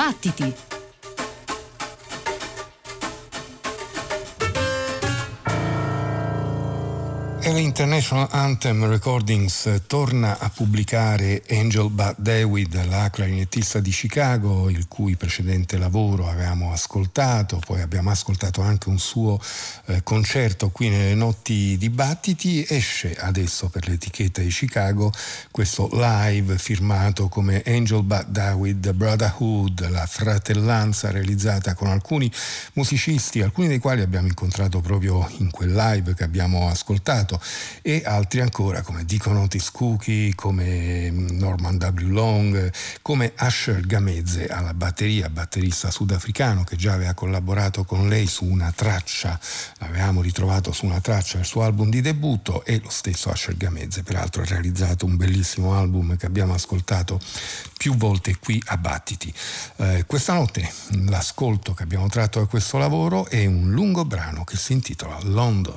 Battiti! La International Anthem Recordings torna a pubblicare Angel Bat Dawid, la clarinettista di Chicago, il cui precedente lavoro avevamo ascoltato. Poi abbiamo ascoltato anche un suo concerto qui nelle notti di Battiti. Esce adesso per l'etichetta di Chicago questo live firmato come Angel Bat Dawid Brotherhood, la fratellanza realizzata con alcuni musicisti, alcuni dei quali abbiamo incontrato proprio in quel live che abbiamo ascoltato, e altri ancora come Deacon Otis Cookie, come Norman W. Long, come Asher Gameze alla batteria, batterista sudafricano che già aveva collaborato con lei su una traccia, l'avevamo ritrovato su una traccia del suo album di debutto, e lo stesso Asher Gameze peraltro ha realizzato un bellissimo album che abbiamo ascoltato più volte qui a Battiti. Questa notte l'ascolto che abbiamo tratto da questo lavoro è un lungo brano che si intitola London.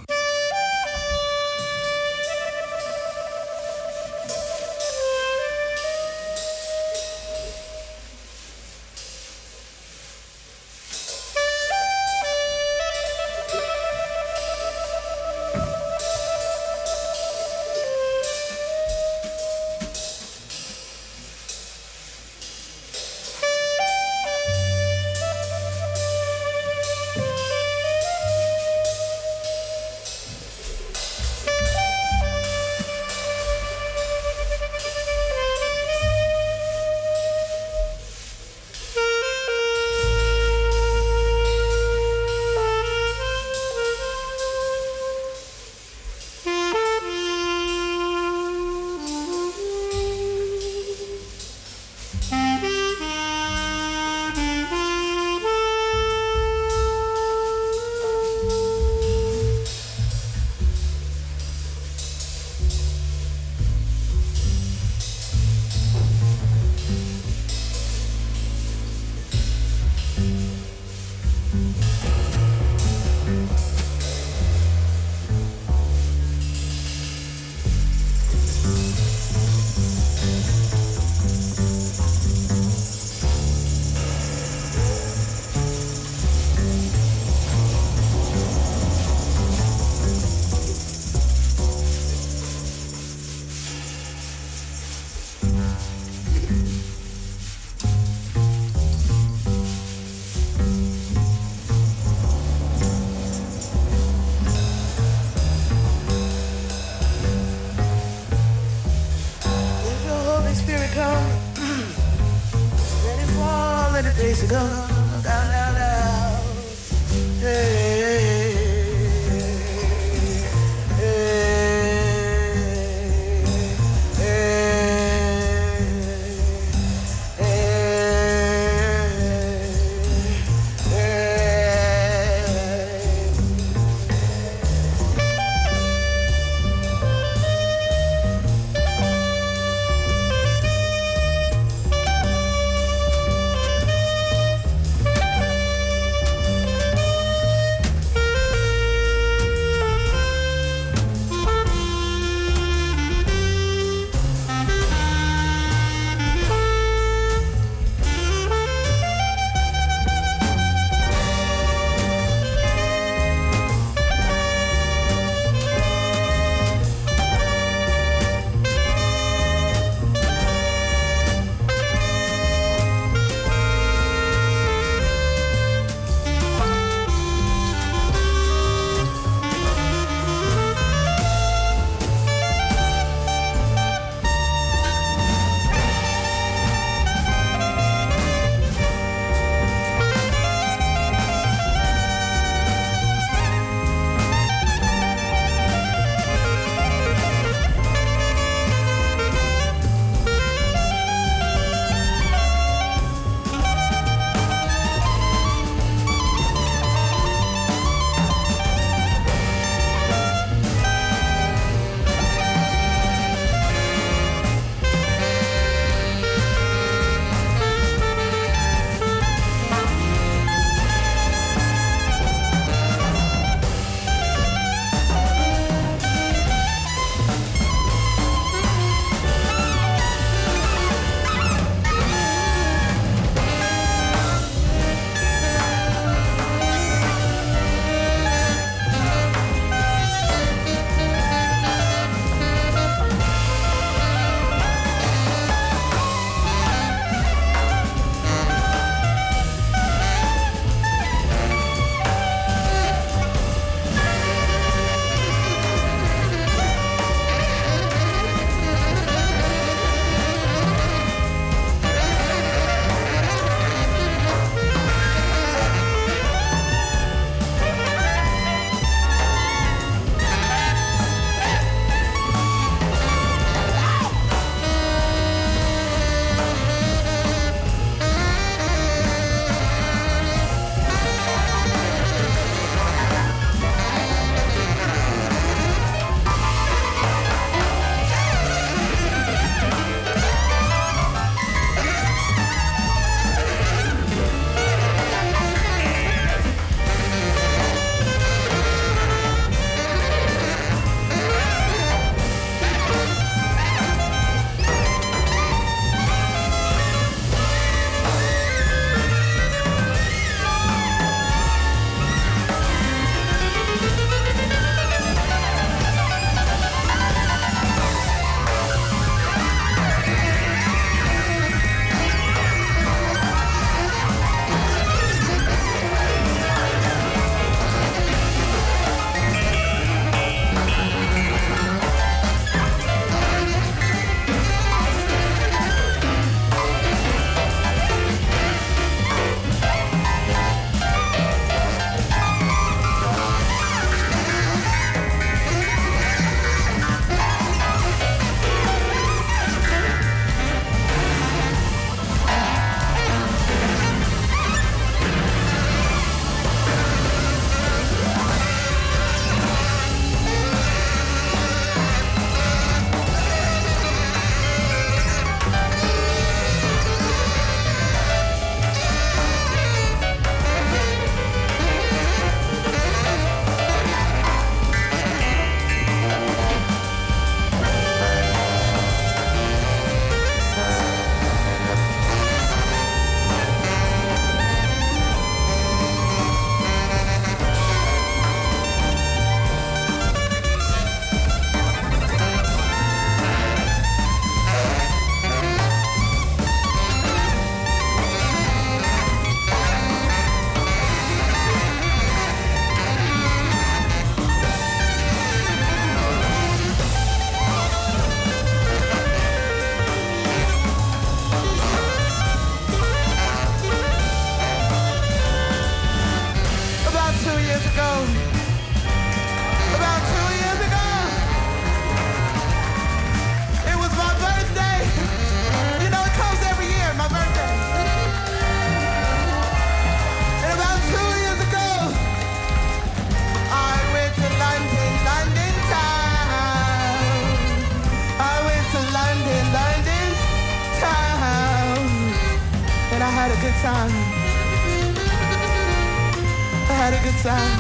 sound.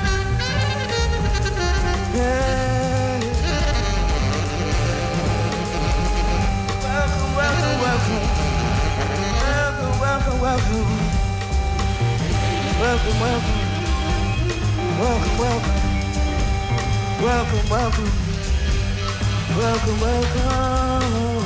Yeah. Welcome, welcome, welcome. Welcome, welcome, welcome. Welcome, welcome. Welcome, welcome. Welcome, welcome. Welcome, welcome.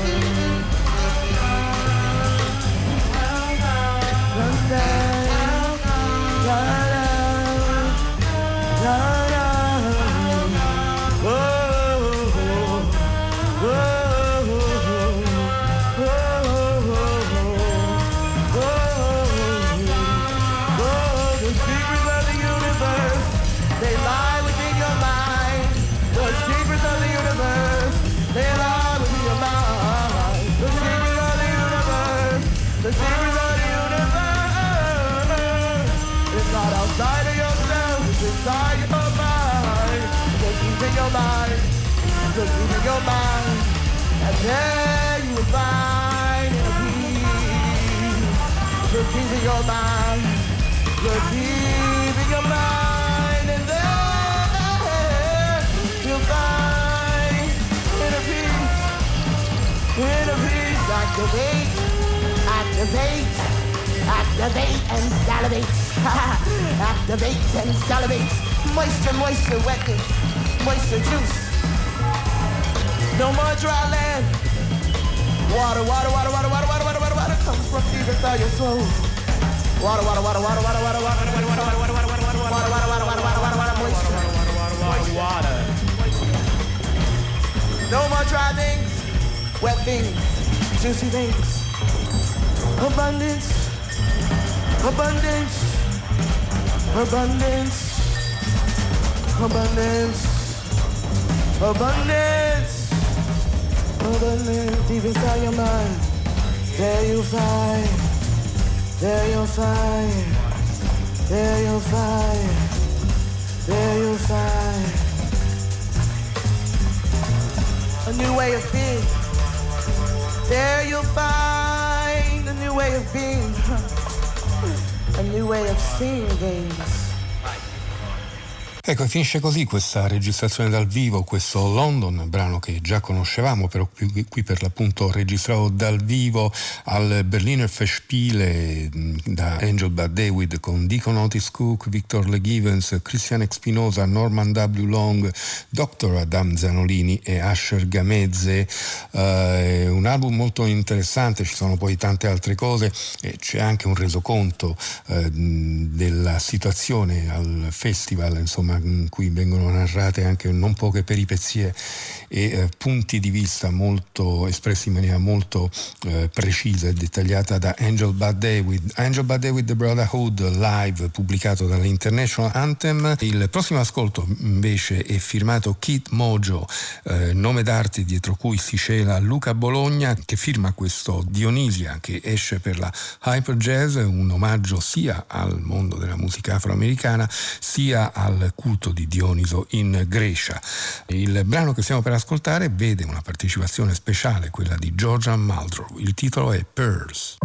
Outside of yourself, it's inside your mind. Just keep in your mind, just keep in your mind. And there you will find inner peace. Just keep in your mind, just keep in your mind. And there you'll find inner peace. Inner peace, activate, activate. Activate and salivate. Activate and salivate. Moisture, moisture, wetness. Moisture, juice. No more dry land. Water, water, water, water, water, water, water, water, water comes from deep inside your soul. Water, water, water, water, water, water, water, water, water, water, water, water, water, water, water, water, water, water, water, moisture. Water. No more dry things. Wet things. Juicy things. Abundance. Abundance, abundance, abundance, abundance, abundance, deep inside your mind. There you'll find, there you'll find, there you'll find, there you'll find a new way of being. There you'll find a new way of being. A new way of seeing things. Ecco, finisce così questa registrazione dal vivo, questo London, brano che già conoscevamo, però qui per l'appunto registrato dal vivo al Berliner Festspiele da Angel Bad Dawid con Deacon Otis Cook, Victor Le Givens, Christian Espinosa, Norman W. Long, Dr. Adam Zanolini e Asher Gamezze. Un album molto interessante, ci sono poi tante altre cose e c'è anche un resoconto della situazione al festival, insomma, in cui vengono narrate anche non poche peripezie e punti di vista molto espressi in maniera molto precisa e dettagliata da Angel Bad Dawid. Angel Bad Dawid The Brotherhood live, pubblicato dall'International Anthem. Il prossimo ascolto invece è firmato Kid Mojo, nome d'arte dietro cui si cela Luca Bologna, che firma questo Dionisia che esce per la Hyper Jazz, un omaggio sia al mondo della musica afroamericana sia al culto di Dioniso in Grecia. Il brano che stiamo per ascoltare vede una partecipazione speciale, quella di Georgia Muldrow. Il titolo è Pearls.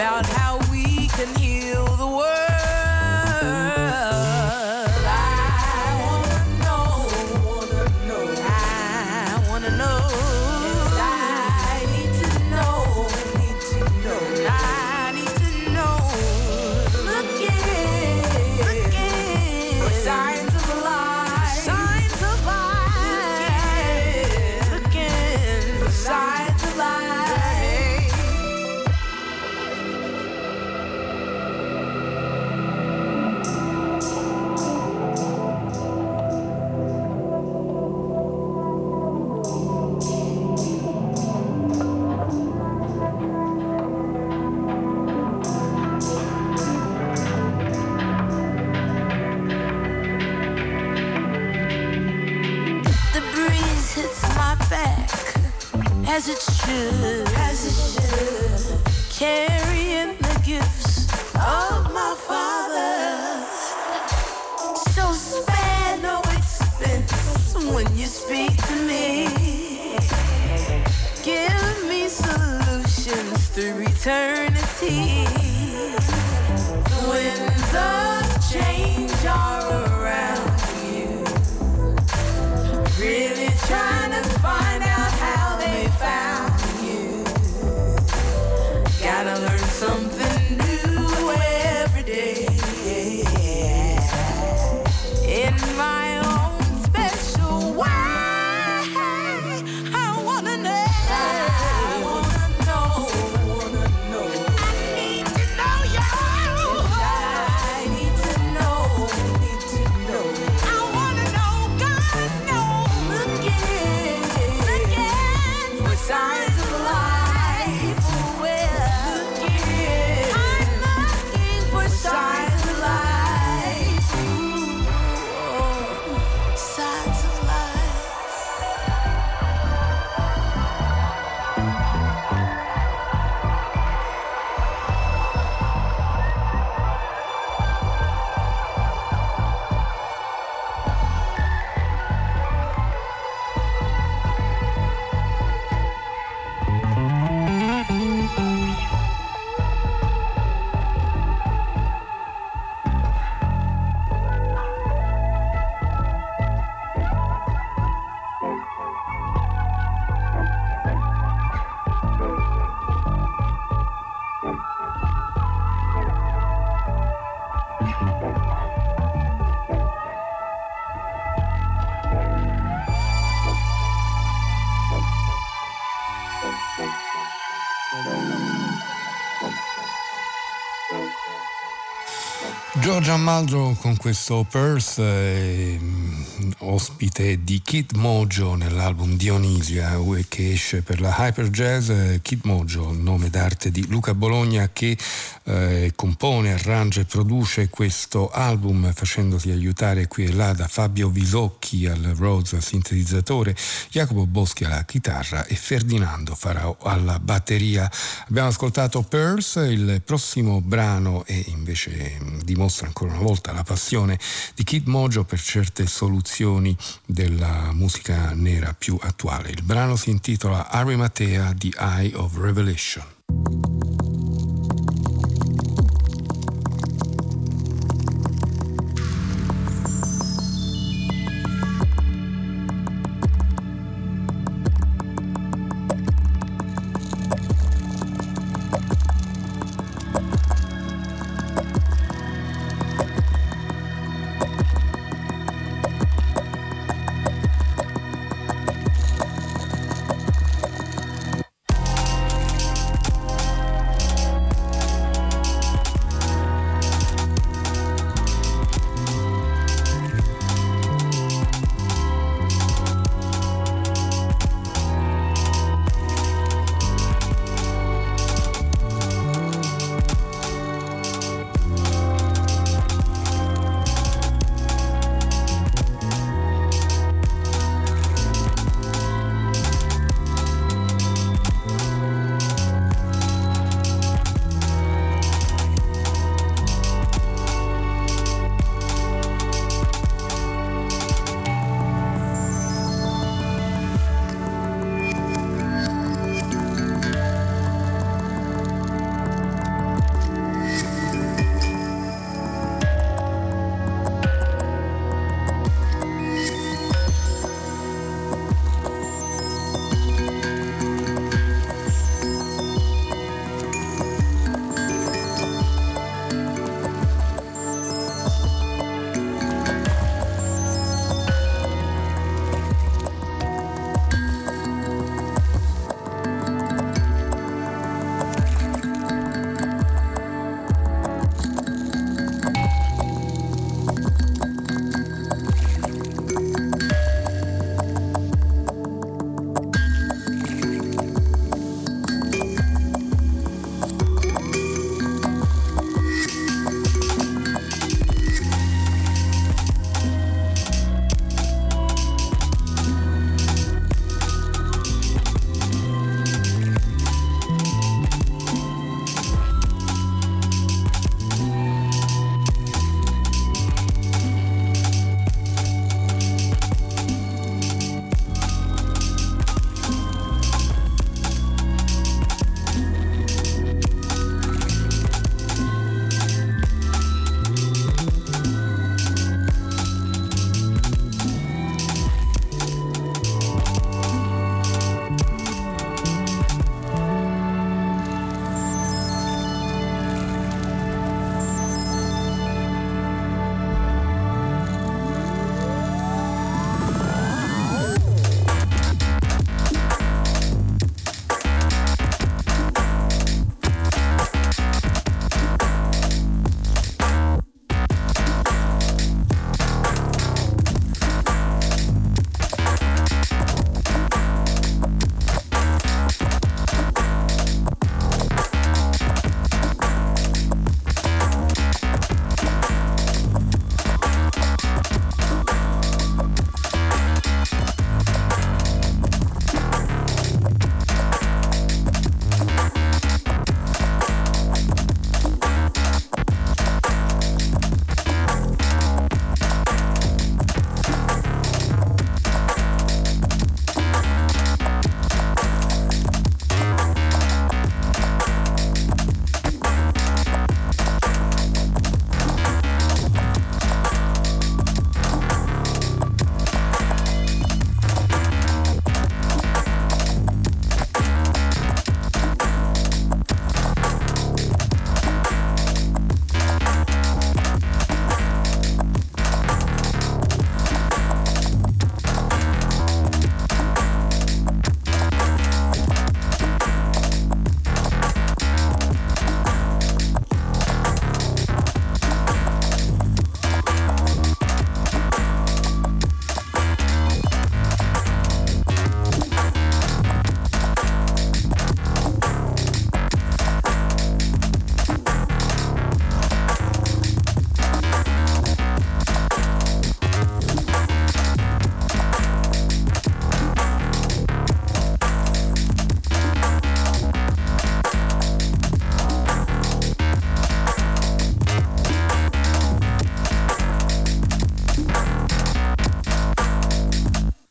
about how we can heal the world. As it should, carrying the gifts of my father. So spare no expense when you speak to me. Give me solutions through eternity. The winds of change are around you. Really trying to find out how they found you. Gotta learn something new every day. In my own special way, I wanna know. I wanna know. I need to know you. I need to know. I wanna know, God knows. Looking for signs of life. Well, I'm looking for signs of life. Signs of life. Giorgia Muldrow con questo Purse, ospite di Kid Mojo nell'album Dionisia che esce per la Hyper Jazz. Kid Mojo, nome d'arte di Luca Bologna, che compone, arrangia e produce questo album facendosi aiutare qui e là da Fabio Visocchi al Rhodes sintetizzatore, Jacopo Boschi alla chitarra e Ferdinando Farao alla batteria. Abbiamo ascoltato Purse. Il prossimo brano invece dimostra ancora una volta la passione di Kid Mojo per certe soluzioni della musica nera più attuale. Il brano si intitola Arimathea, The Eye of Revelation.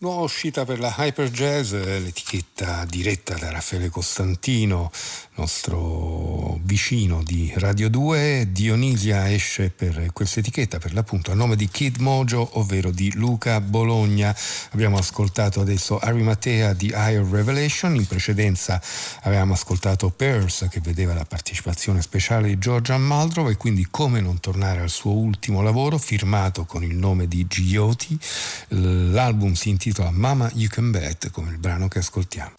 Nuova uscita per la Hyper Jazz, l'etichetta diretta da Raffaele Costantino, nostro vicino di Radio 2. Dionisia esce per questa etichetta, per l'appunto a nome di Kid Mojo, ovvero di Luca Bologna. Abbiamo ascoltato adesso Arimatea di Higher Revelation, in precedenza avevamo ascoltato Pearls, che vedeva la partecipazione speciale di Georgian Muldrow, e quindi come non tornare al suo ultimo lavoro firmato con il nome di G.O.T. L'album si intitola Mama You Can Bet, come il brano che ascoltiamo.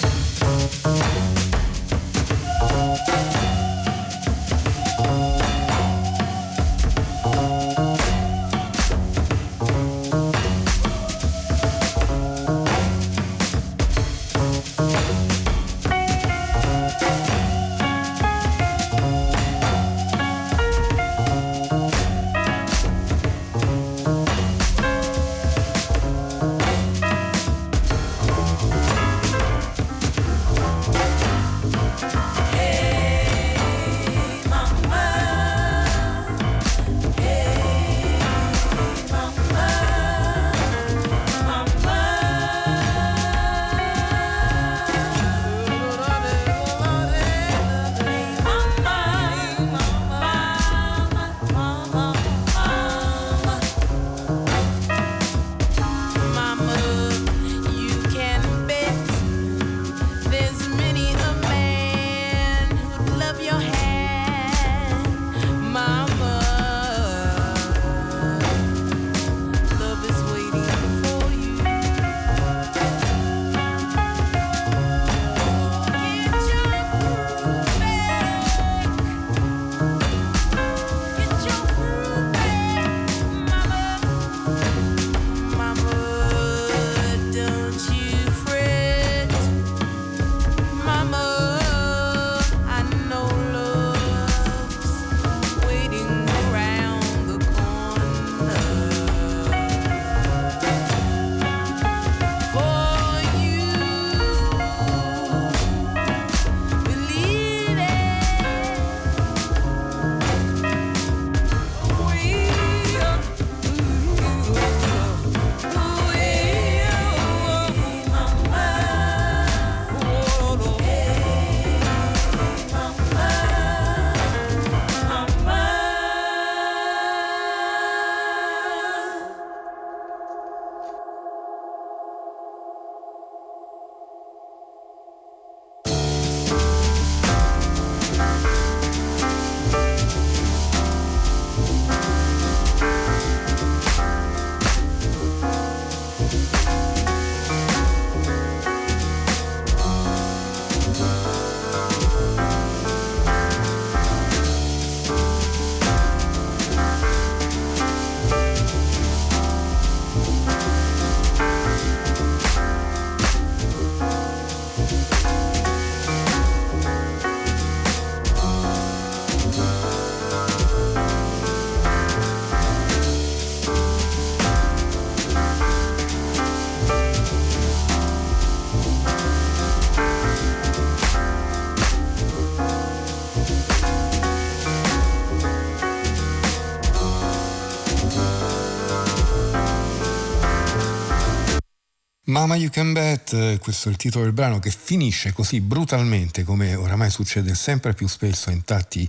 Mama You Can Bet, questo è il titolo del brano, che finisce così brutalmente, come oramai succede sempre più spesso in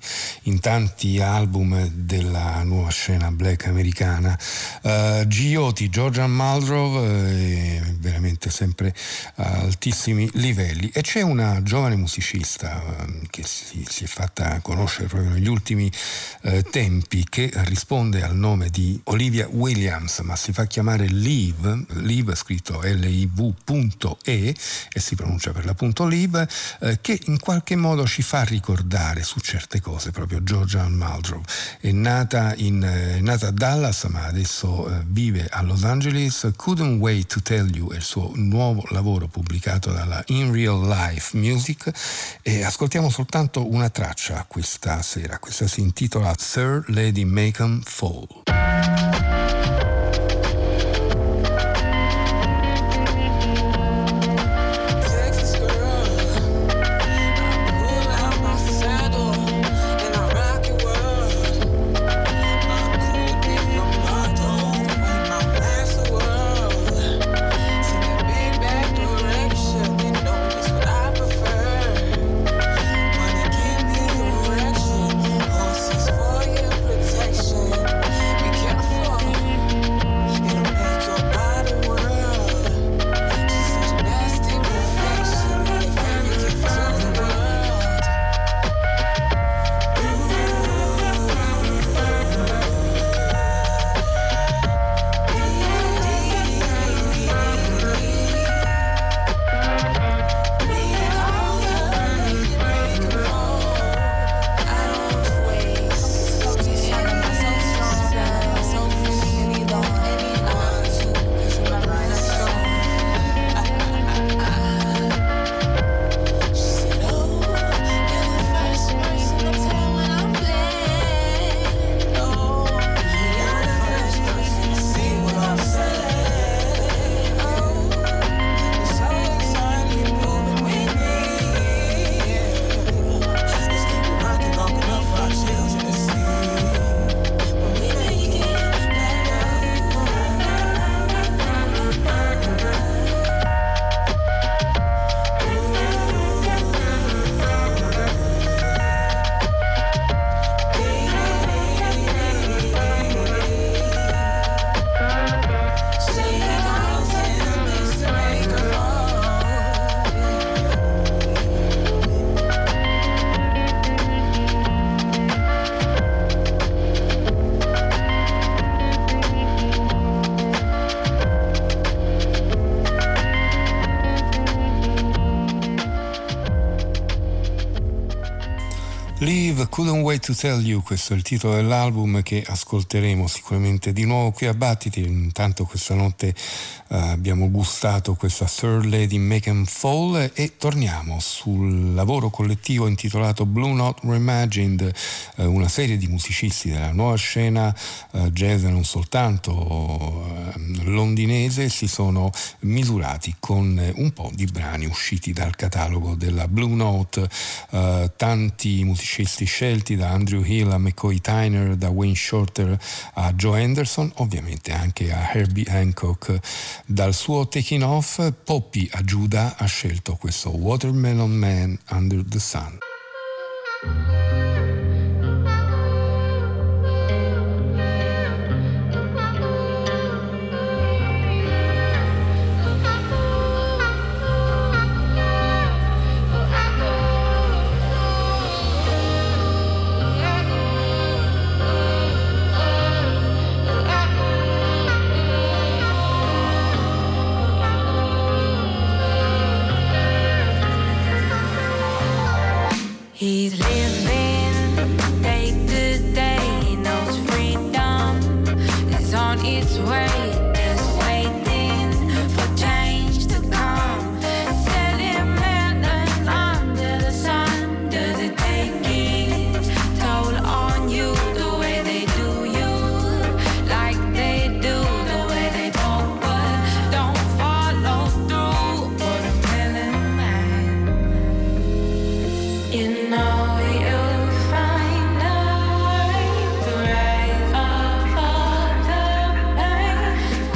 tanti album della nuova scena black americana. G.O.T., Georgian Muldrow, veramente sempre a altissimi livelli. E c'è una giovane musicista che si è fatta conoscere proprio negli ultimi tempi, che risponde al nome di Olivia Williams, ma si fa chiamare Liv scritto Liv.e e si pronuncia per l'appunto Liv, che in qualche modo ci fa ricordare su certe cose proprio Georgian Muldrow. È nata a Dallas, ma adesso vive a Los Angeles. Couldn't Wait to Tell You è il suo nuovo lavoro pubblicato dalla In Real Life Music, e ascoltiamo soltanto una traccia questa sera. Questa si intitola Sir Lady Make 'Em Fall. Baby Live Couldn't Wait to Tell You, questo è il titolo dell'album che ascolteremo sicuramente di nuovo qui a Battiti. Intanto questa notte abbiamo gustato questa Third Lady Make 'em Fall e torniamo sul lavoro collettivo intitolato Blue Note Reimagined, una serie di musicisti della nuova scena jazz non soltanto londinese si sono misurati con un po' di brani usciti dal catalogo della Blue Note, tanti musicisti scelti, da Andrew Hill a McCoy Tyner, da Wayne Shorter a Joe Henderson, ovviamente anche a Herbie Hancock. Dal suo Taking Off, Poppy a Giuda ha scelto questo Watermelon Man Under the Sun. He's living day to day, he knows freedom is on its way, just waiting for change to come. Selling melons under the sun, does it take its toll on you the way they do you, like they do the way they talk but don't follow through? Watermelon man, you know you'll find a way to rise above the pain.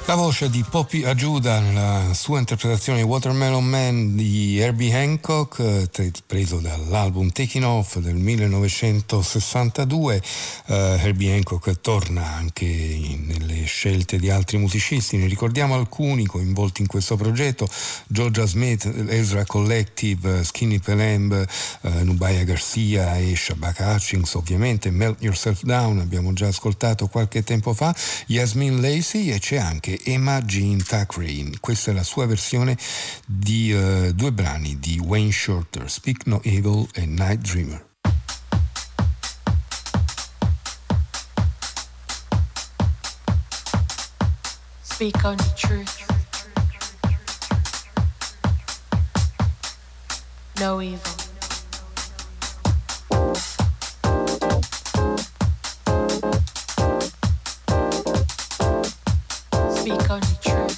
La voce di Poppy Ajuda nella sua interpretazione di Watermelon Man di Herbie Hancock, preso dall'album Taking Off del 1962. Herbie Hancock torna anche nelle scelte di altri musicisti, ne ricordiamo alcuni coinvolti in questo progetto: Georgia Smith, Ezra Collective, Skinny Pelemb, Nubia Garcia e Shabaka Hutchings, ovviamente Melt Yourself Down abbiamo già ascoltato qualche tempo fa, Yasmin Lacey, e c'è anche Emma Jean Thackeray. Questa è la sua versione di due brani di Wayne Shorter, Speak No Evil e Night Dreamer. Speak only truth, no evil. Speak only truth.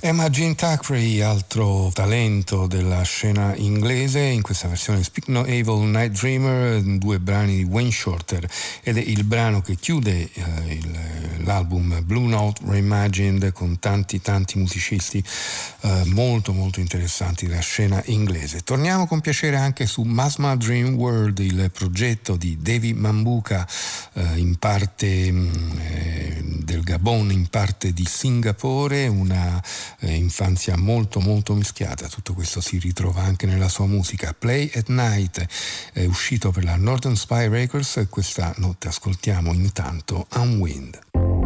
Emma Jean Thackeray, altro talento della scena inglese, in questa versione Speak No Evil, Night Dreamer, 2 brani di Wayne Shorter, ed è il brano che chiude l'album Blue Note Reimagined, con tanti musicisti molto interessanti della scena inglese. Torniamo con piacere anche su Masma Dream World, il progetto di David Mambuka, in parte del Gabon, in parte di Singapore, una infanzia molto mischiata. Tutto questo si ritrova anche nella sua musica. Play at Night è uscito per la Northern Spy Records e questa notte ascoltiamo intanto Unwind.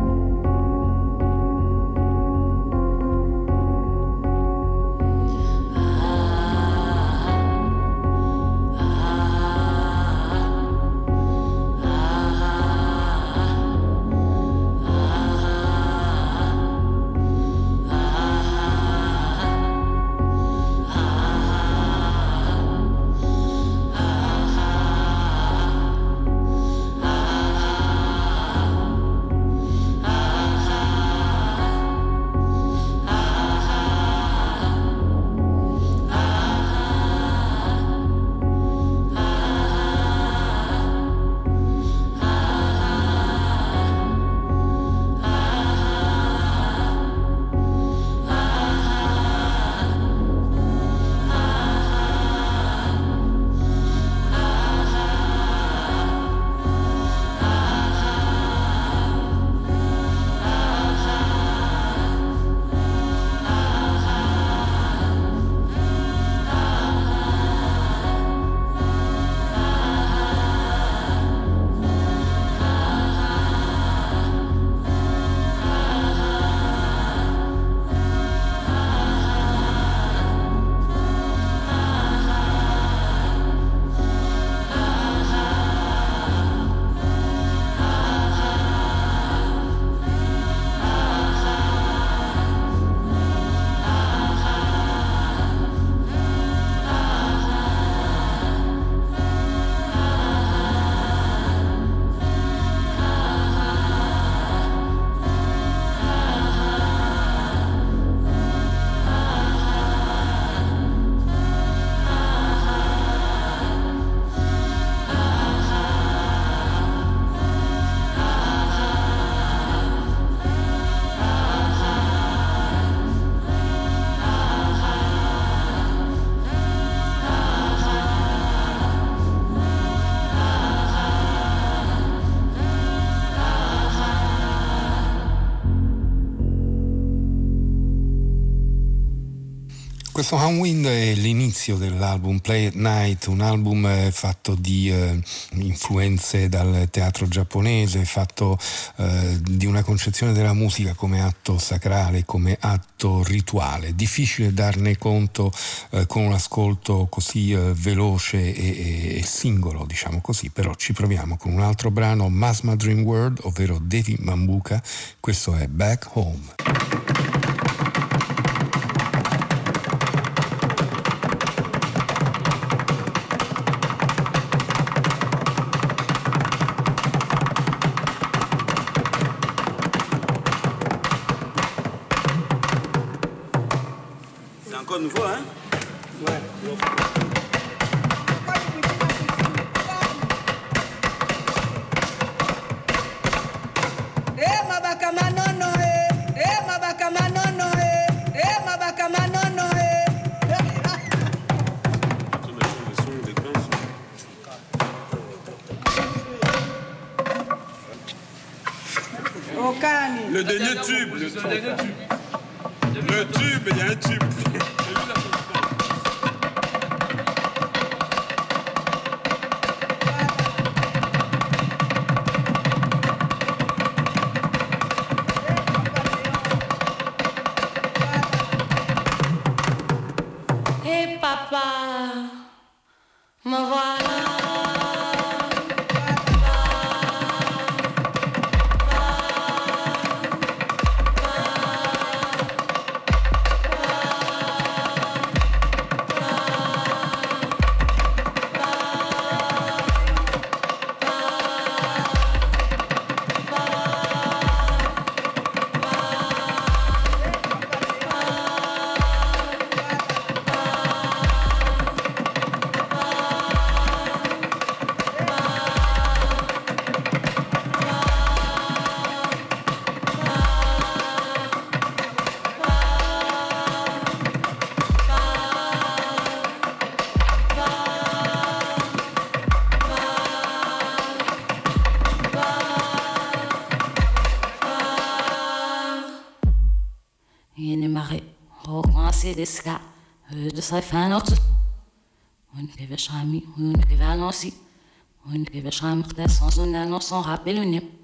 Questo Unwind è l'inizio dell'album Play at Night, un album fatto di influenze dal teatro giapponese, fatto di una concezione della musica come atto sacrale, come atto rituale. Difficile darne conto con un ascolto così veloce e singolo, diciamo così, però ci proviamo con un altro brano, Masma Dream World, ovvero David Mambuka. Questo è Back Home. Nouveau, hein? Ouais. Mabaka manono, mabaka manono, mabaka manono, Le dernier tube. Le tube, il y a un tube. Me voilà. c'est des ska, de sa fin autre. Und wir beschreiben, und wir werden aussi, und wir beschreiben das sans une annonce, sans rappel,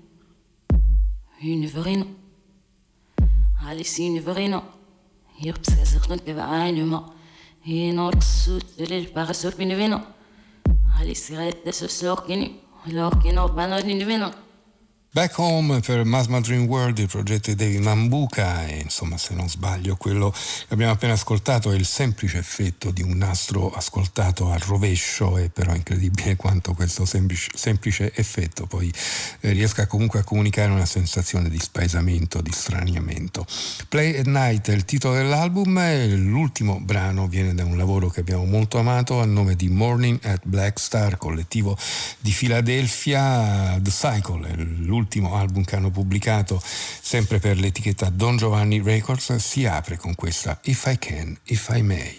une verino. Alice une verino. Hier besedigt und wir waren immer. Hier noch zu, der par sur une vino. Alice rette ce sort qui l'occhio no banal in vino. Back Home per Masma Dream World, il progetto di David Mambuka, e insomma, se non sbaglio, quello che abbiamo appena ascoltato è il semplice effetto di un nastro ascoltato al rovescio, e però è incredibile quanto questo semplice effetto poi riesca comunque a comunicare una sensazione di spaesamento, di straniamento. Play at Night è il titolo dell'album, e l'ultimo brano viene da un lavoro che abbiamo molto amato a nome di Morning at Black Star, collettivo di Filadelfia. The Cycle è l'ultimo album che hanno pubblicato sempre per l'etichetta Don Giovanni Records. Si apre con questa If I Can, If I May.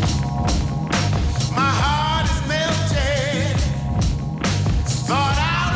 Thought out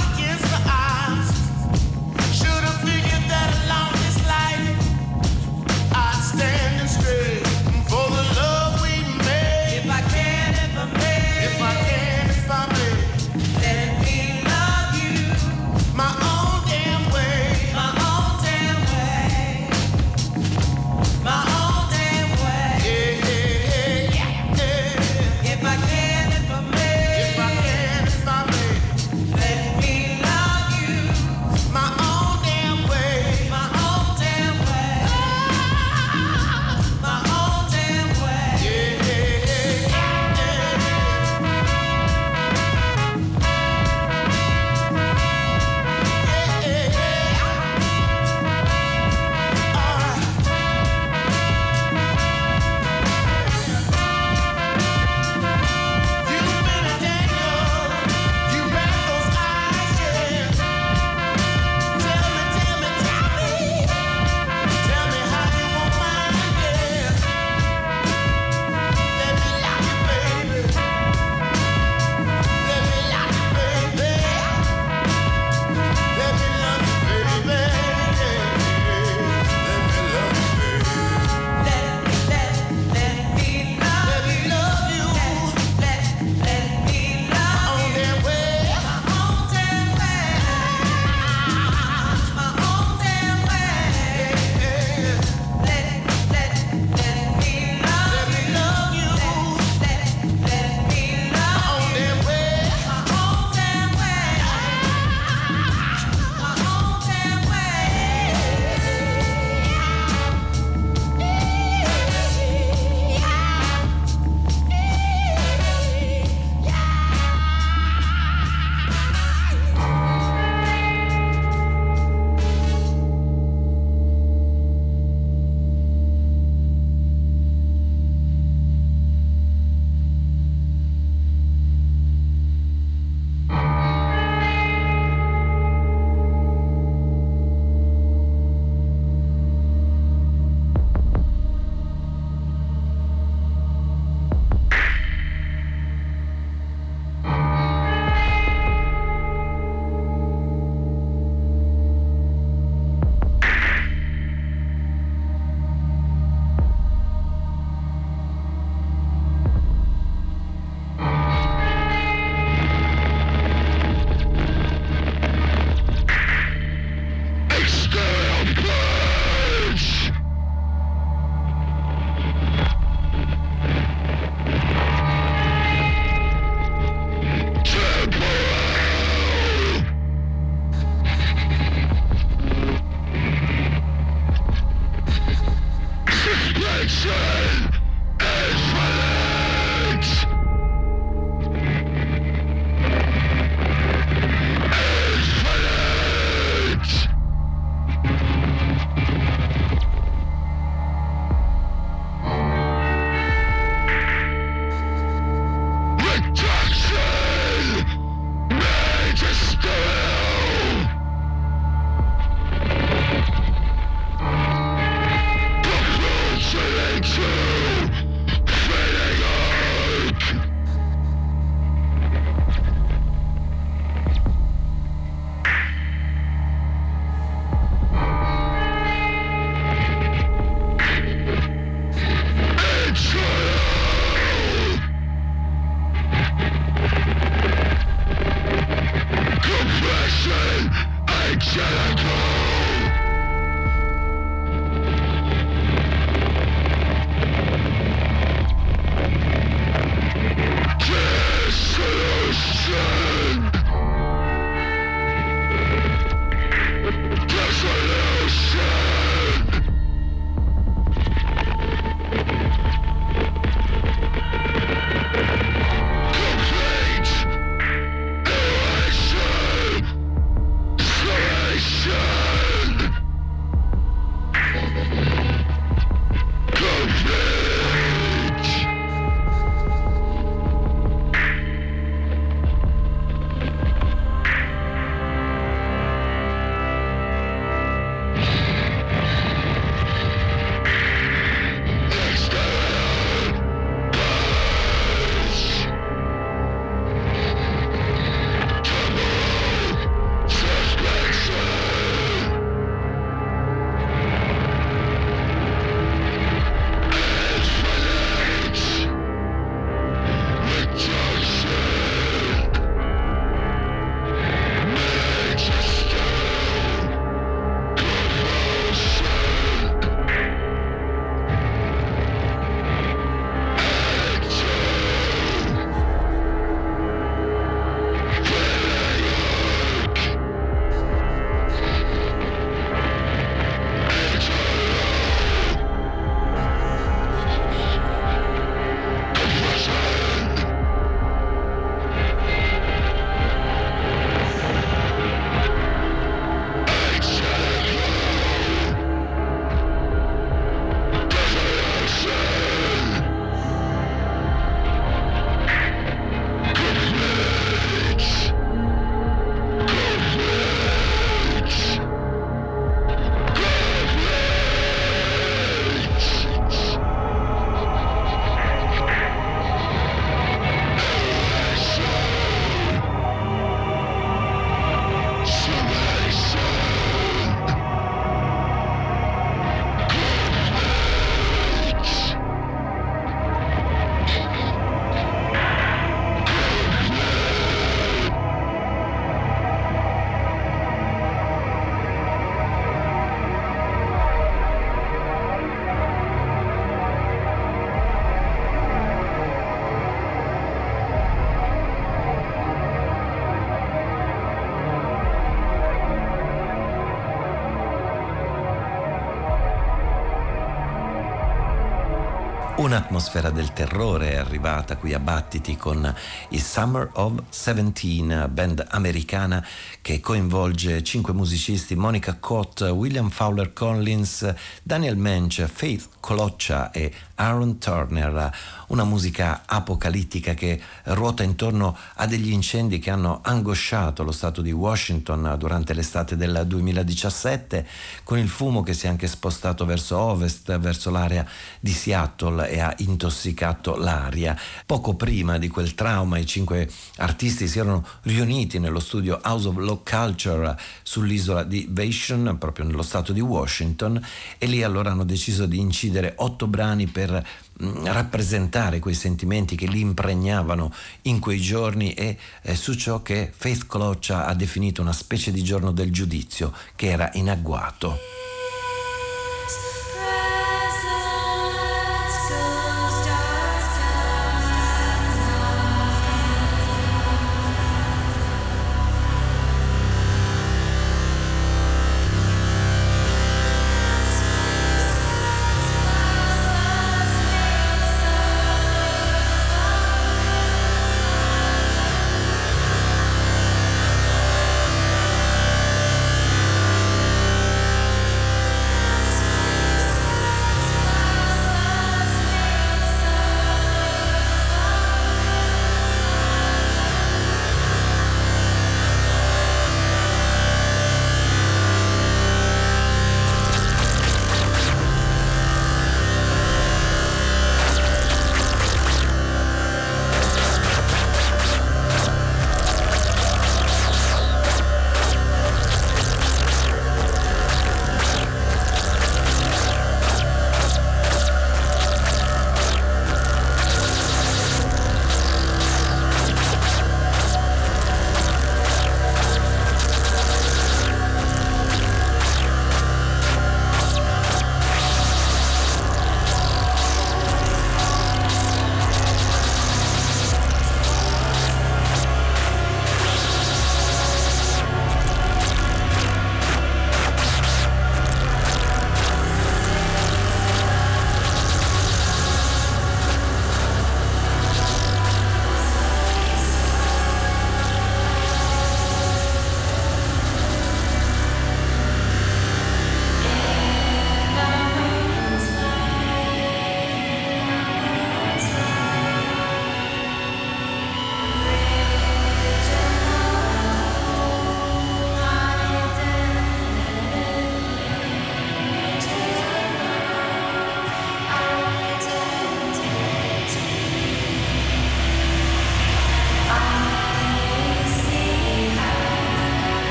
Un'atmosfera del terrore è arrivata qui a Battiti con i Summer of 17, band americana che coinvolge 5 musicisti: Monica Cott, William Fowler Collins, Daniel Mensch, Faith Coloccia e Aaron Turner. Una musica apocalittica che ruota intorno a degli incendi che hanno angosciato lo stato di Washington durante l'estate del 2017, con il fumo che si è anche spostato verso ovest, verso l'area di Seattle, e ha intossicato l'aria. Poco prima di quel trauma i 5 artisti si erano riuniti nello studio House of Low Culture sull'isola di Vashon, proprio nello stato di Washington, e lì allora hanno deciso di incidere 8 brani per rappresentare quei sentimenti che li impregnavano in quei giorni e su ciò che Faith Coloccia ha definito una specie di giorno del giudizio che era in agguato.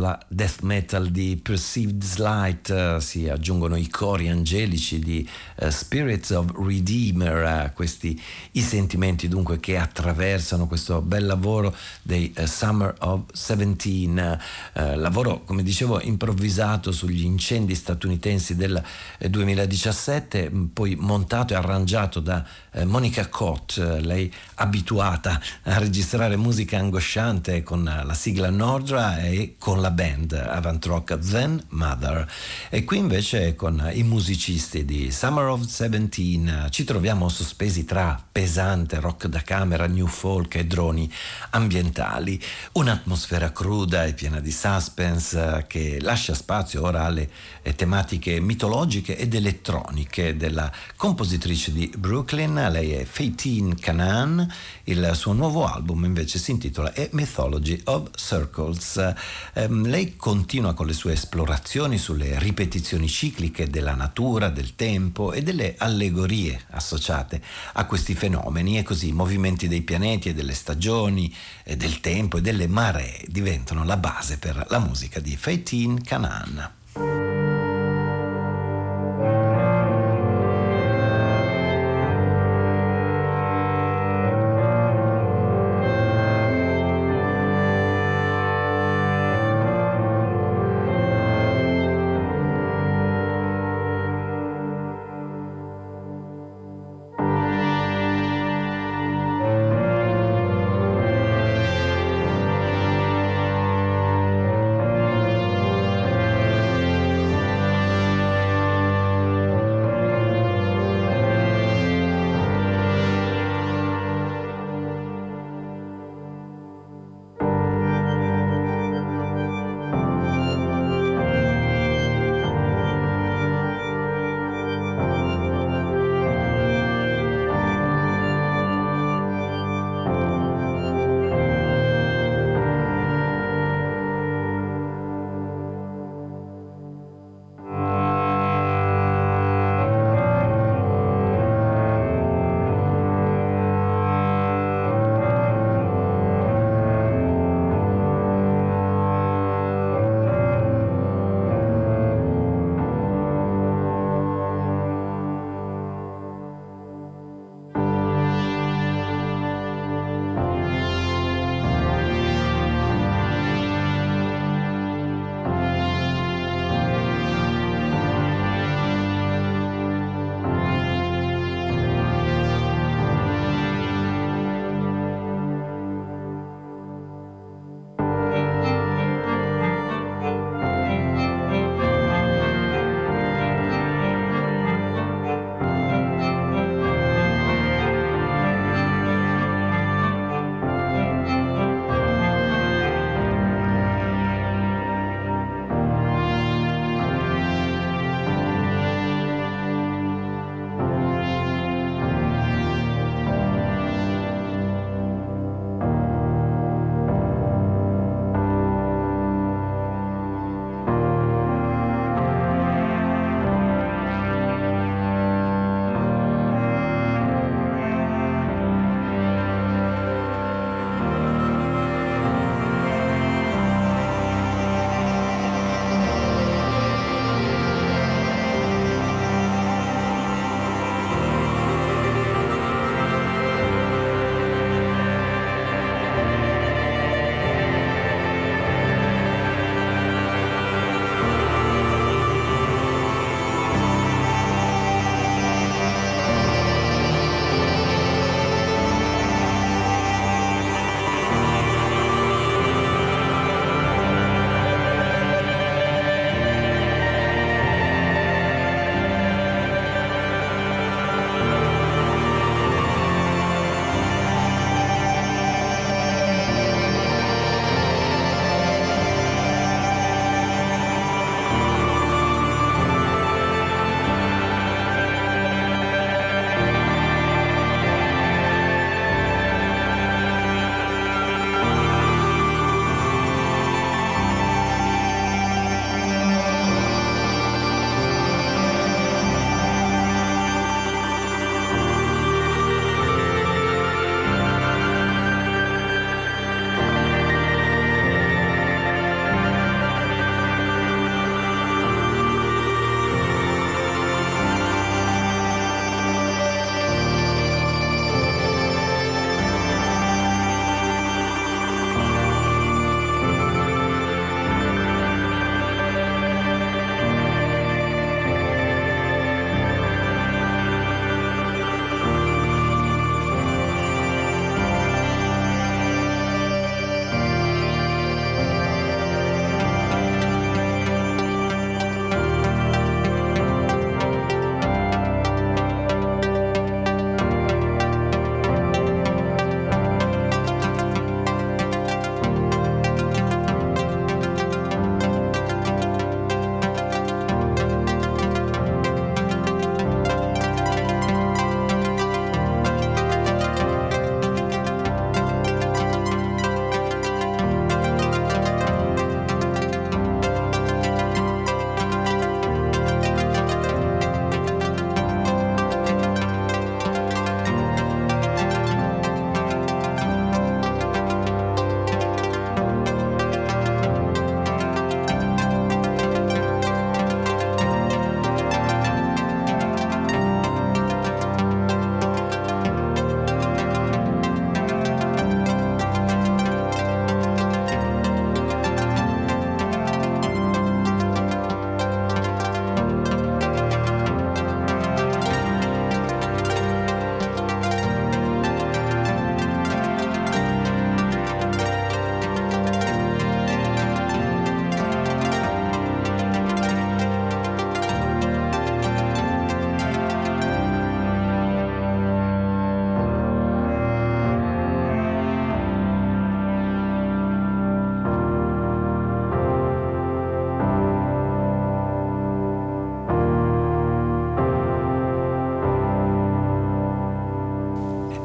alla death metal di Perceived Slight si aggiungono i cori angelici di Spirits of Redeemer, questi i sentimenti dunque che attraversano questo bel lavoro dei Summer of 17, lavoro come dicevo improvvisato sugli incendi statunitensi del 2017, poi montato e arrangiato da Monica Cott, lei abituata a registrare musica angosciante con la sigla Nordra e con la band avant rock Then Mother. E qui invece con i musicisti di Summer of 17 ci troviamo sospesi tra pesante rock da camera, new folk e droni ambientali, un'atmosfera cruda e piena di suspense che lascia spazio ora alle tematiche mitologiche ed elettroniche della compositrice di Brooklyn. Lei è Fatin Canaan, il suo nuovo album invece si intitola A Mythology of Circles. Lei continua con le sue esplorazioni sulle ripetizioni cicliche della natura, del tempo e delle allegorie associate a questi fenomeni, e così i movimenti dei pianeti e delle stagioni e del tempo e delle maree diventano la base per la musica di Fatin Canaan.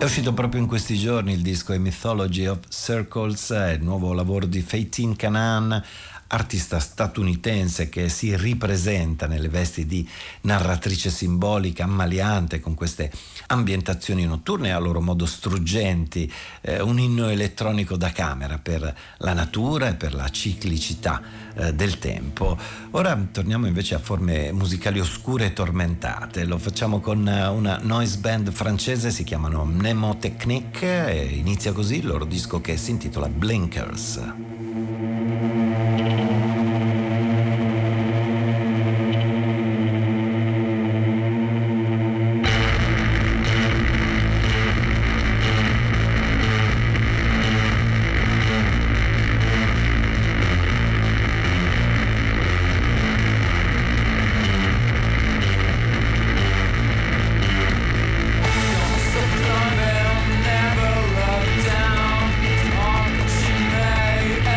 uscito proprio in questi giorni il disco A Mythology of Circles, il nuovo lavoro di Fatin Canaan, artista statunitense che si ripresenta nelle vesti di narratrice simbolica, ammaliante, con queste ambientazioni notturne a loro modo struggenti, un inno elettronico da camera per la natura e per la ciclicità del tempo. Ora torniamo invece a forme musicali oscure e tormentate. Lo facciamo con una noise band francese, si chiamano Mnemotechnique, e inizia così il loro disco che si intitola Blinkers. Never look down, all that you may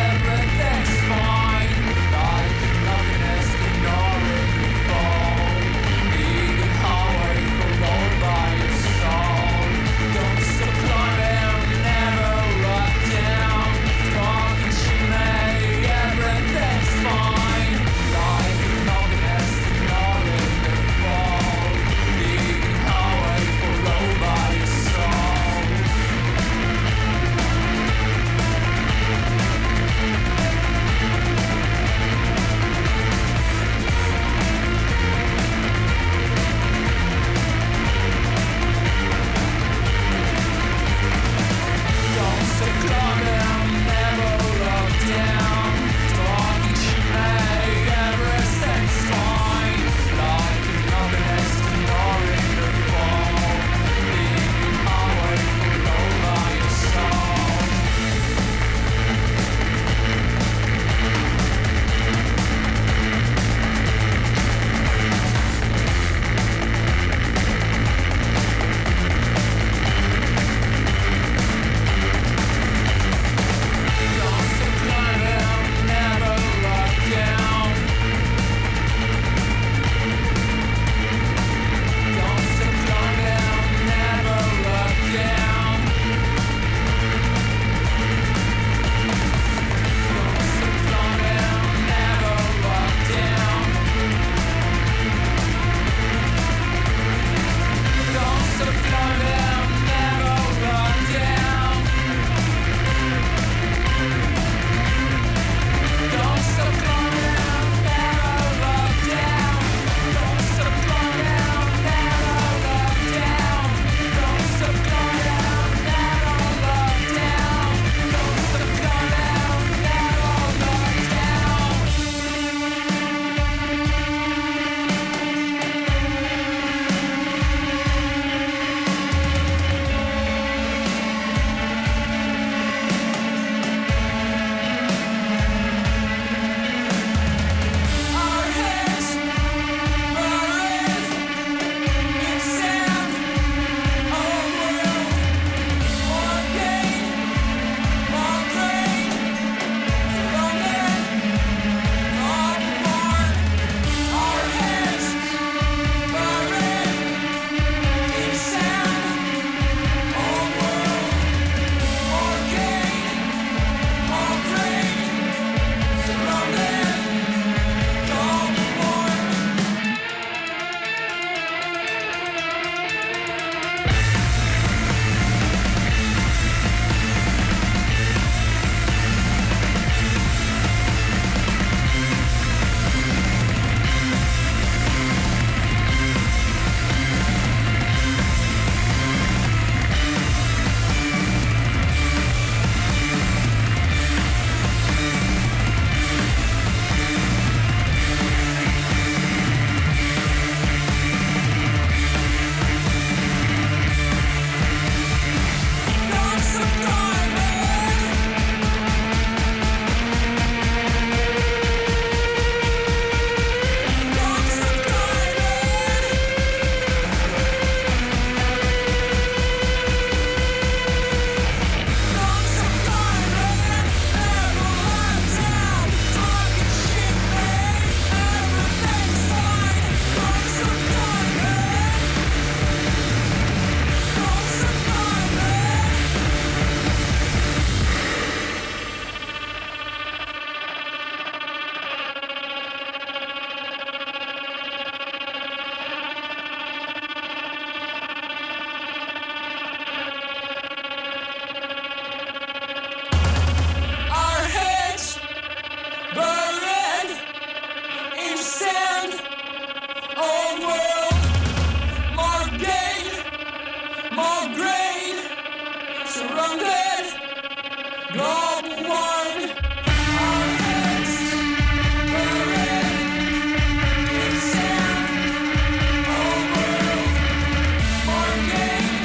more great, surrounded, global one. Our heads buried in sand. Our world more great,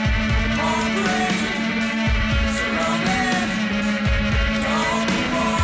surrounded, global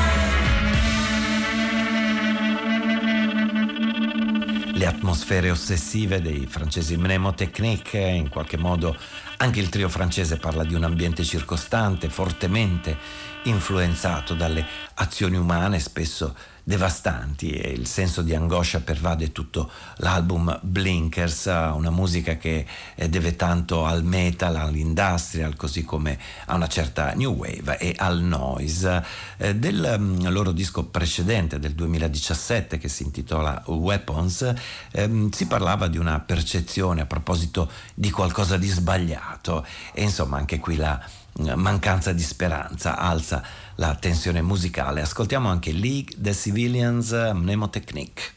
one. Le atmosfere ossessive dei francesi Mnemotechnique, in qualche modo anche il trio francese parla di un ambiente circostante, fortemente influenzato dalle azioni umane, spesso devastanti, e il senso di angoscia pervade tutto l'album Blinkers, una musica che deve tanto al metal, all'industrial, così come a una certa new wave e al noise. Del loro disco precedente del 2017, che si intitola Weapons, si parlava di una percezione a proposito di qualcosa di sbagliato, e insomma anche qui la mancanza di speranza alza la tensione musicale. Ascoltiamo anche League the Civilians, Mnemotechnique.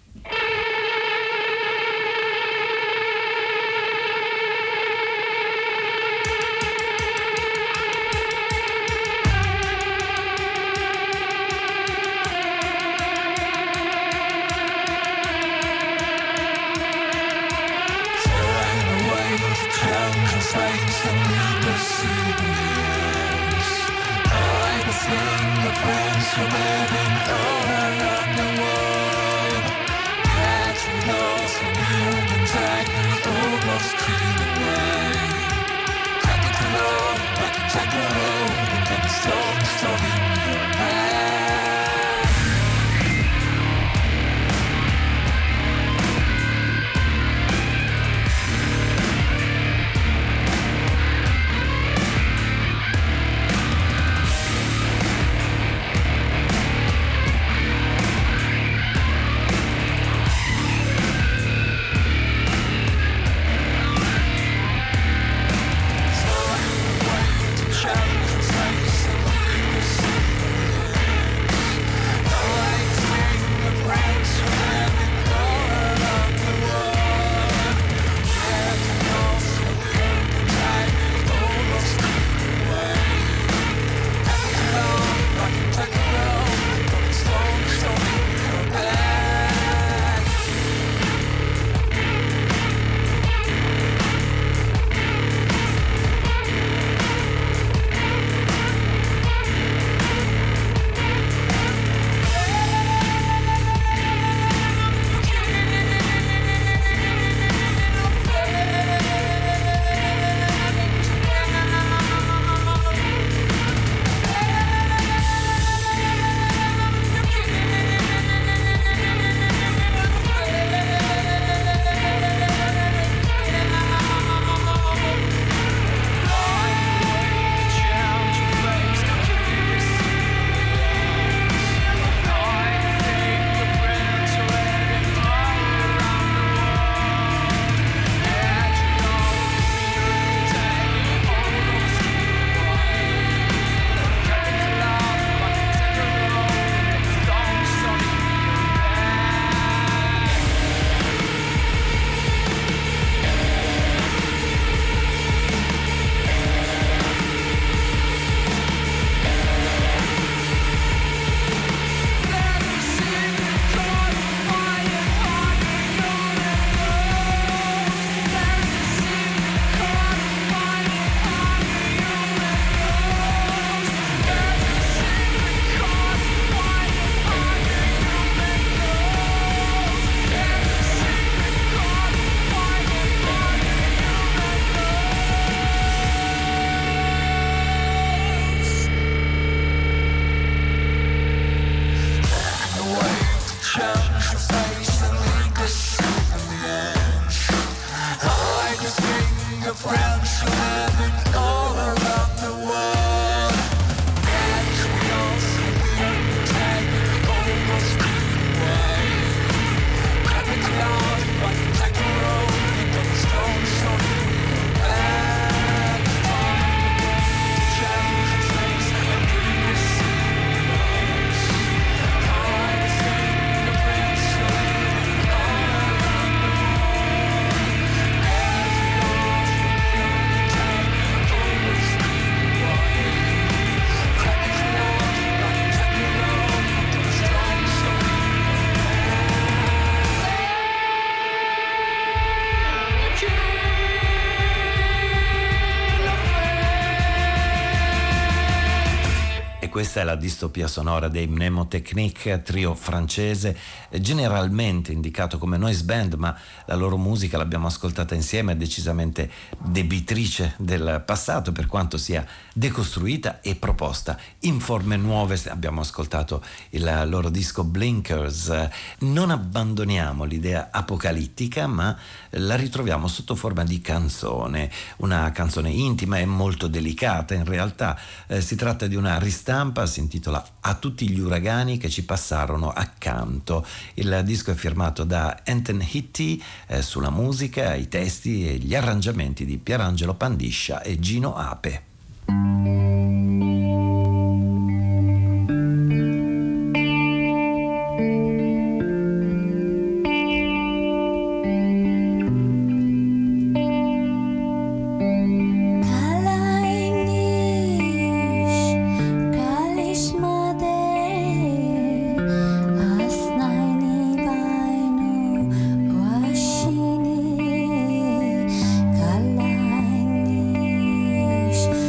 questa è la distopia sonora dei Mnemotechnique, trio francese, generalmente indicato come noise band, ma la loro musica l'abbiamo ascoltata insieme, è decisamente debitrice del passato, per quanto sia decostruita e proposta in forme nuove. Abbiamo ascoltato il loro disco Blinkers. Non abbandoniamo l'idea apocalittica, ma la ritroviamo sotto forma di canzone, una canzone intima e molto delicata. In realtà si tratta di una ristampa, si intitola A tutti gli uragani che ci passarono accanto. Il disco è firmato da Anton Hitti, sulla musica, i testi e gli arrangiamenti di Pierangelo Pandiscia e Gino Ape. Kalainish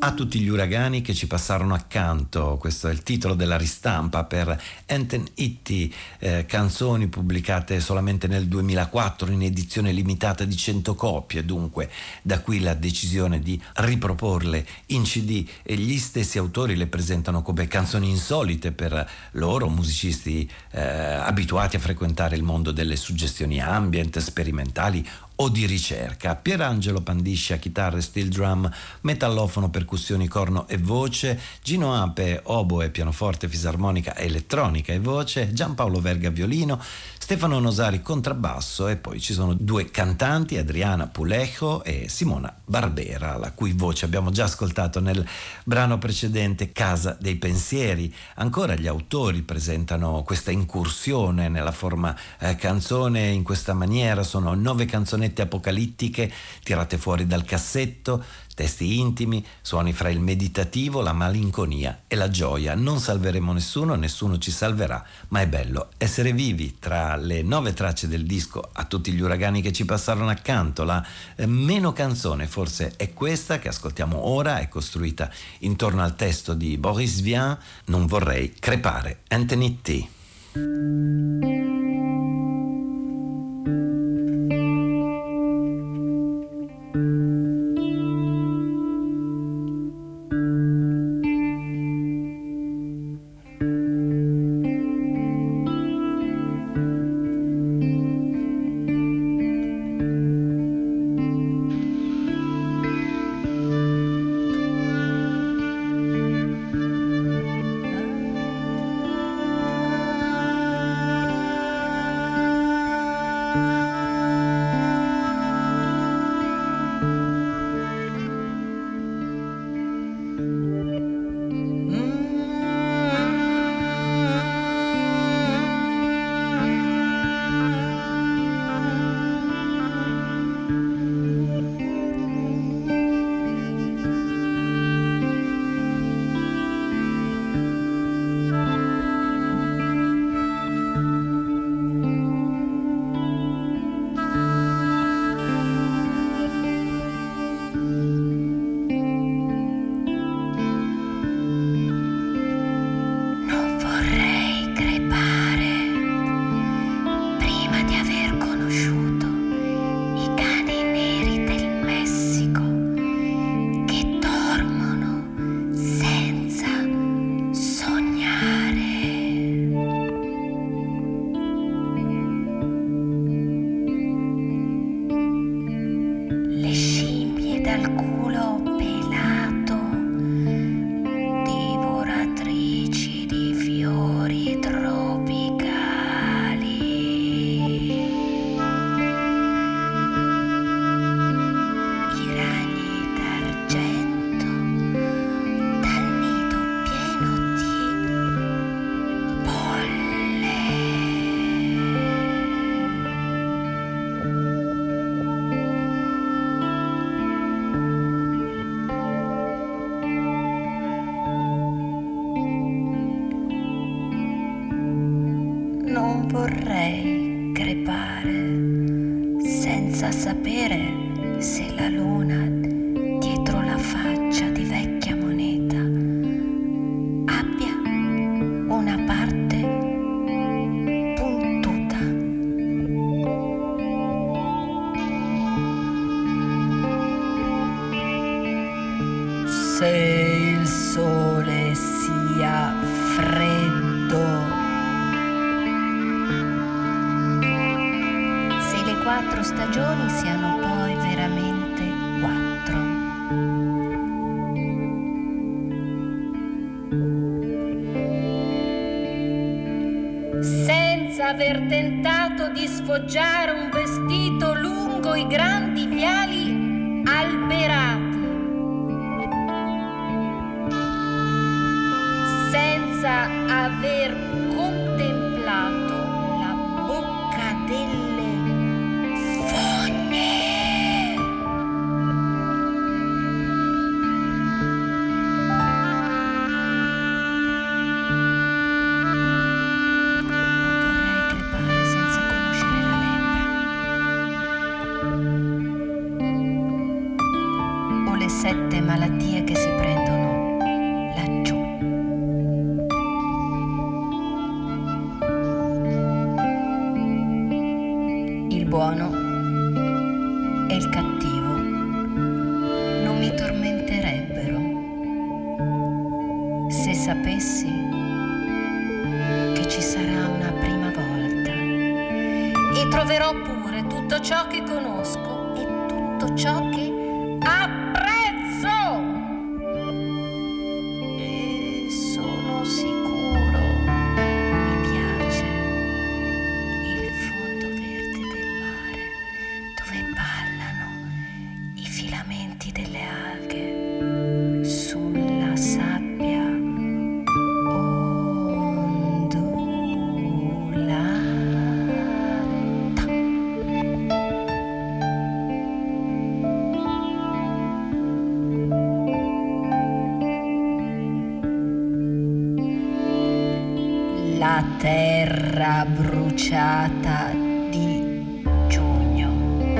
A tutti gli uragani che ci passarono accanto, questo è il titolo della ristampa per Enten Itti, canzoni pubblicate solamente nel 2004 in edizione limitata di 100 copie, dunque da qui la decisione di riproporle in CD, e gli stessi autori le presentano come canzoni insolite per loro, musicisti abituati a frequentare il mondo delle suggestioni ambient, sperimentali o di ricerca. Pierangelo Pandiscia, chitarre, steel drum, metallofono, percussioni, corno e voce, Gino Ape, oboe, pianoforte, fisarmonica, elettronica e voce, Giampaolo Verga, violino, Stefano Nosari, contrabbasso, e poi ci sono due cantanti, Adriana Pulejo e Simona Barbera, la cui voce abbiamo già ascoltato nel brano precedente, Casa dei Pensieri. Ancora gli autori presentano questa incursione nella forma canzone in questa maniera, sono 9 canzonette apocalittiche tirate fuori dal cassetto, testi intimi, suoni fra il meditativo, la malinconia e la gioia. Non salveremo nessuno, nessuno ci salverà, ma è bello essere vivi. Tra le 9 tracce del disco A tutti gli uragani che ci passarono accanto, la meno canzone forse è questa che ascoltiamo ora, è costruita intorno al testo di Boris Vian, Non vorrei crepare, Anthony T. vorrei crepare senza sapere se la luna dietro la faccia di vecchia moneta abbia una parte puntuta. Se il sole sia freddo, se le 4 stagioni siano poi veramente 4. Senza aver tentato di sfoggiare un vestito lungo i grandi viali alberati, senza aver contemplato la bocca delle fogne. Vorrei crepare senza conoscere la lebbra o le 7 malattie che si prendono buono e il cattivo non mi tormenterebbero se sapessi che ci sarà una prima volta e troverò pure tutto ciò che conosco e tutto ciò che apprezzo e sono sicuro mi piace il fondo verde del mare dove ballano i filamenti delle alghe sulla sabbia ondulata. La terra bruciata di giugno,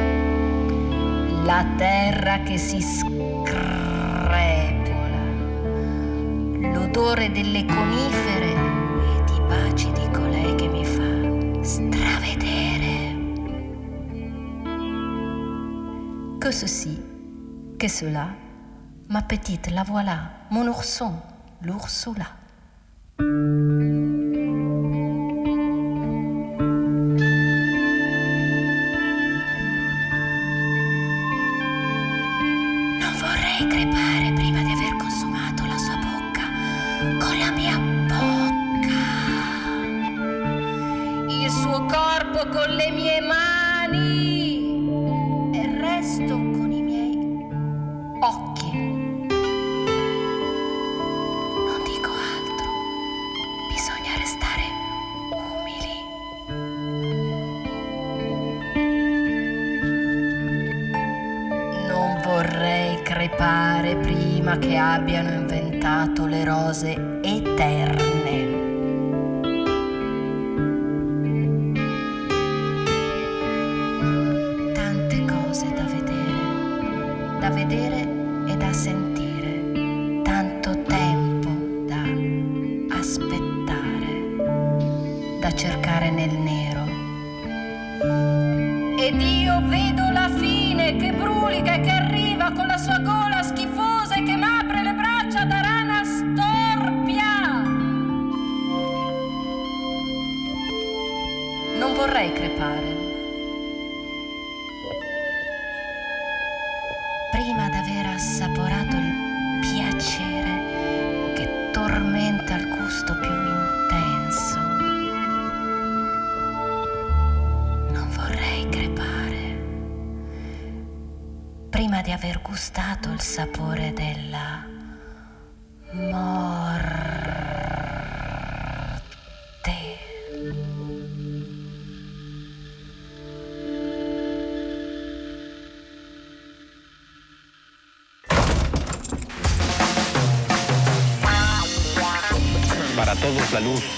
la terra che si screpola, l'odore delle conifere e di baci di colei che mi fa stravedere. Que ceci, que cela, ma petite la voilà, mon ourson, l'Ursula. Non vorrei crepare prima di aver consumato la sua bocca con la mia bocca, il suo corpo con le mie mani e il resto con i miei occhi. Non dico altro, bisogna restare umili. Non vorrei crepare prima che abbiano inventato le rose eterne. Tante cose da vedere e da sentire, tanto tempo da aspettare, da cercare nel nero. Ed io vedo la fine che brulica e che arriva con la sua gola schifosa e che m'apre le braccia da rana storpia. Non vorrei crepare prima d'aver assaporato il piacere che tormenta il gusto più intenso. Non vorrei crepare prima di aver gustato il sapore della morte. Para todos la luz.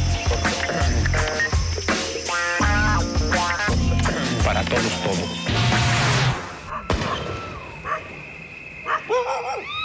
Para todos todo.